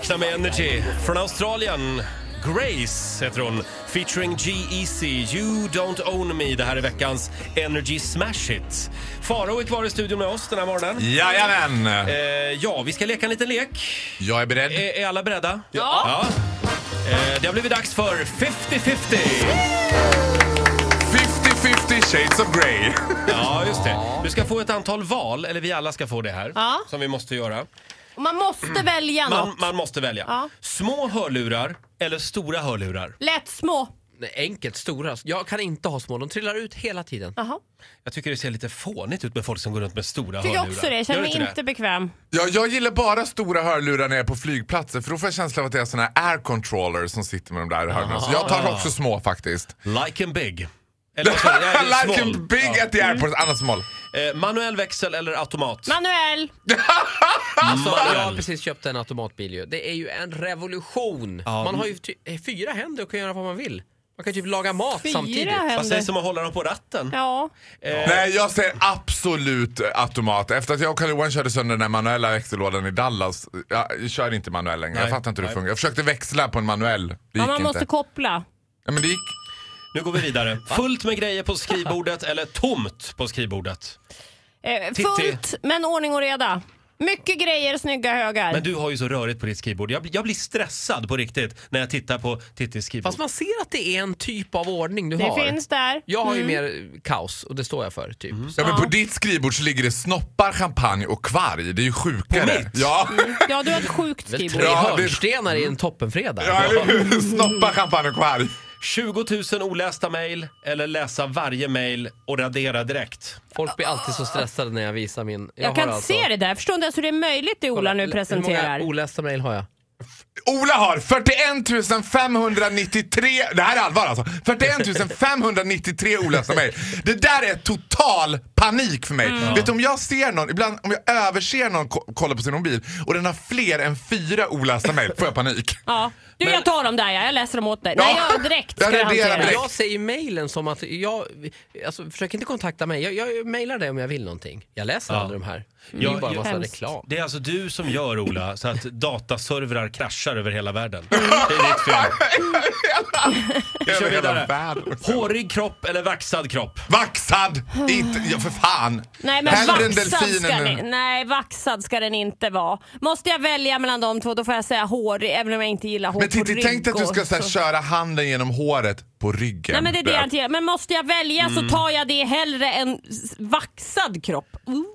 Vakna med Energy. Från Australien, Grace heter hon. Featuring G-Eazy, You Don't Own Me. Det här är veckans Energy Smash It. Faro är kvar i studion med oss den här morgonen. Jajamän! Ja, vi ska leka en liten lek. Jag är beredd. Är alla beredda? Ja. Det har blivit dags för 50-50. 50-50 shades of grey. Ja, just det. Du ska få ett antal val, eller vi alla ska få det här. Ja. Som vi måste göra. Man måste välja något. Man måste välja. Ja. Små hörlurar eller stora hörlurar? Lätt små. Nej, enkelt stora. Jag kan inte ha små. De trillar ut hela tiden. Jaha. Jag tycker det ser lite fånigt ut med folk som går runt med stora Tycker hörlurar. också det. Jag känner Gör mig det inte bekväm. Ja, jag gillar bara stora hörlurar när jag är på flygplatser. För då får jag känslan av att det är såna här air controllers som sitter med de där hörlurarna. Så jag tar också små faktiskt. Like and big. Eller, sorry, Like small. a big at the airport, annars small. Manuell växel eller automat? Manuell. Alltså, jag har precis köpt en automatbil ju. Det är ju en revolution. Ja. Man har ju 4 händer och kan göra vad man vill. Man kan typ laga mat 4 samtidigt. händer. Vad sägs om att hålla dem på ratten? Ja. Nej, jag säger absolut automat. Efter att jag och Kalle körde sönder den här manuella växellådan i Dallas. Jag kör inte manuell längre. Jag fattar inte hur det funkar. Jag försökte växla på en manuell. Det gick Man måste inte. koppla. Ja, men det gick. Nu går vi vidare. Fullt med grejer på skrivbordet eller tomt på skrivbordet? Fullt, men ordning och reda. Mycket grejer, snygga högar. Men du har ju så rörigt på ditt skrivbord. Jag blir stressad på riktigt när jag tittar på Tittis skrivbord. Fast man ser att det är en typ av ordning du det har. finns där. Jag har ju mer kaos och det står jag för typ. Ja, men på ditt skrivbord så ligger det snoppar, champagne och kvarg. Det är ju sjukare. På mitt? Ja. Ja, du har ett sjukt Väl skrivbord. 3 Ja, det- hörnstenar i en toppenfredag. Ja, snoppar, champagne och kvarg. 20 000 olästa mejl eller läsa varje mejl och radera direkt? Folk blir alltid så stressade när jag visar min... Jag kan se det där. Jag förstår inte ens hur det är möjligt det Ola nu presenterar. Hur många olästa mejl har jag? Ola har 41 593. Det här är allvar alltså. 41 593 olästa mejl. Det där är total panik för mig. Vet du, om jag ser någon, ibland om jag överser någon kollar på sin mobil och den har fler än 4 olästa mejl, får jag panik. Ja. Du, jag tar dem där, jag läser dem åt dig. Ja. Nej, jag direkt ska Jag jag raderar hantera. direkt. Jag säger mejlen som att försök inte kontakta mig. Jag mejlar dig om jag vill någonting. Jag läser aldrig de här. Det är ju bara en massa hemskt. reklam. Det är alltså du som gör, Ola, så att dataservrar kraschar över hela världen. Det är ditt fel. Vi kör vidare. Hårig kropp eller vaxad kropp? Vaxad! Inte, ja, för fan. Nej, men Hellre en vaxad delfin ska än en... den, nej, vaxad ska den inte vara. Måste jag välja mellan de två, då får jag säga hårig, även om jag inte gillar hår Men på Titti, rygg. tänk dig att du ska så här, så. köra handen genom håret på ryggen. Nej, men det är det jag inte gillar. Men måste jag välja så tar jag det hellre än vaxad kropp.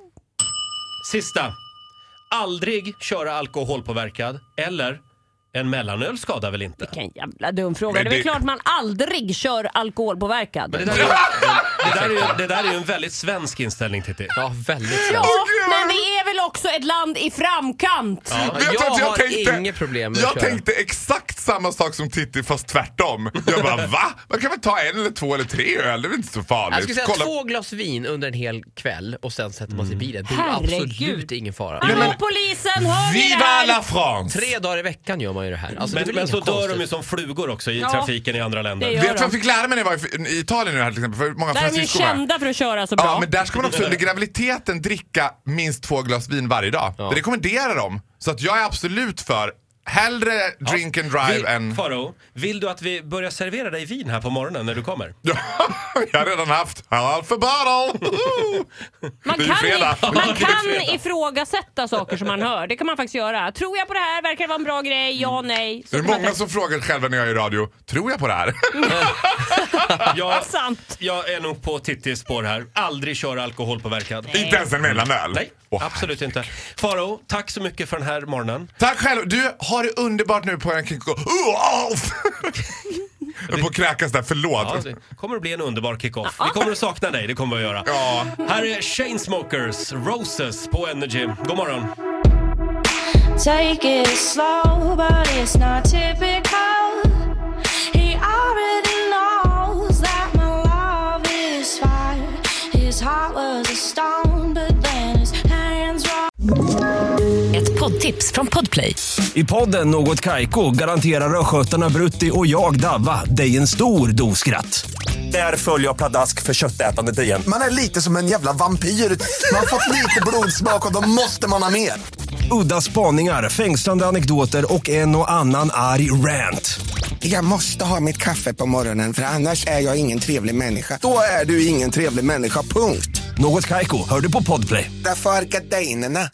Sista. Aldrig köra alkoholpåverkad eller en mellanöl skadar väl inte? Vilken jävla dum fråga. Men Det är väl det- klart man aldrig kör alkoholpåverkad. Men det där är ju en väldigt svensk inställning, Titti. Ja, väldigt Ja, svenskt. men vi är väl också ett land i framkant. Vet du Jag att har inget problem med att Jag köra. tänkte exakt samma sak som Titti, fast tvärtom. Jag bara, va? Man kan väl ta 1 eller 2 eller 3 öl, det är väl inte så farligt. Jag skulle säga Kolla- 2 glas vin under en hel kväll och sen sätter man sig i bilen. Det är Herregud. absolut ingen fara. Hallå, polisen, hör ni det Viva här? la France! 3 dagar i veckan gör man ju det här. Alltså, det är väl Men inget så dör konstigt. de ju som flugor också i Ja, trafiken i andra länder. det gör Vet du vad jag fick lära mig när jag var i Italien nu här till exempel? För många Där är de ju fransyskor var. kända för att köra så bra. Ja, men där ska man också under graviditeten dricka minst 2 glas vin varje dag. Det rekommenderar de. Så att jag är absolut för hellre drink and drive än... Faro, vill du att vi börjar servera dig vin här på morgonen när du kommer? Ja, jag har redan haft half a bottle. Man Det är ju fredag. man kan ifrågasätta saker som man hör. Det kan man faktiskt göra. Tror jag på det här? Verkar det vara en bra grej? Ja, nej. Så Det är kan man många som frågar själva när jag är i radio, tror jag på det här? Sant. Jag är nog på Tittis spår här. Aldrig köra alkoholpåverkad. Inte ens en mellanöl. Nej, absolut inte. Faro, tack så mycket för den här morgonen. Tack själv. Du har det underbart nu på en kick-off. Jag är på att kräkas där, förlåt. Ja, det kommer att bli en underbar kick-off. Vi kommer att sakna dig, det kommer vi att göra. Ja. Här är Chainsmokers, Roses på Energy. God morgon. Take it slow, but it's not typical. He already knows that my love is fire. His heart was a stone, but then his hands were... Ett poddtips från Podplay. I podden Något Kaiko garanterar röskötarna Brutti och jag Davva dig en stor doskratt. Där följer jag pladask för köttätandet igen. Man är lite som en jävla vampyr. Man har fått lite blodsmak och då måste man ha mer. Udda spaningar, fängslande anekdoter och en och annan arg rant. Jag måste ha mitt kaffe på morgonen för annars är jag ingen trevlig människa. Då är du ingen trevlig människa, punkt. Något Kaiko, hör du på Podplay. Därför är gardinerna.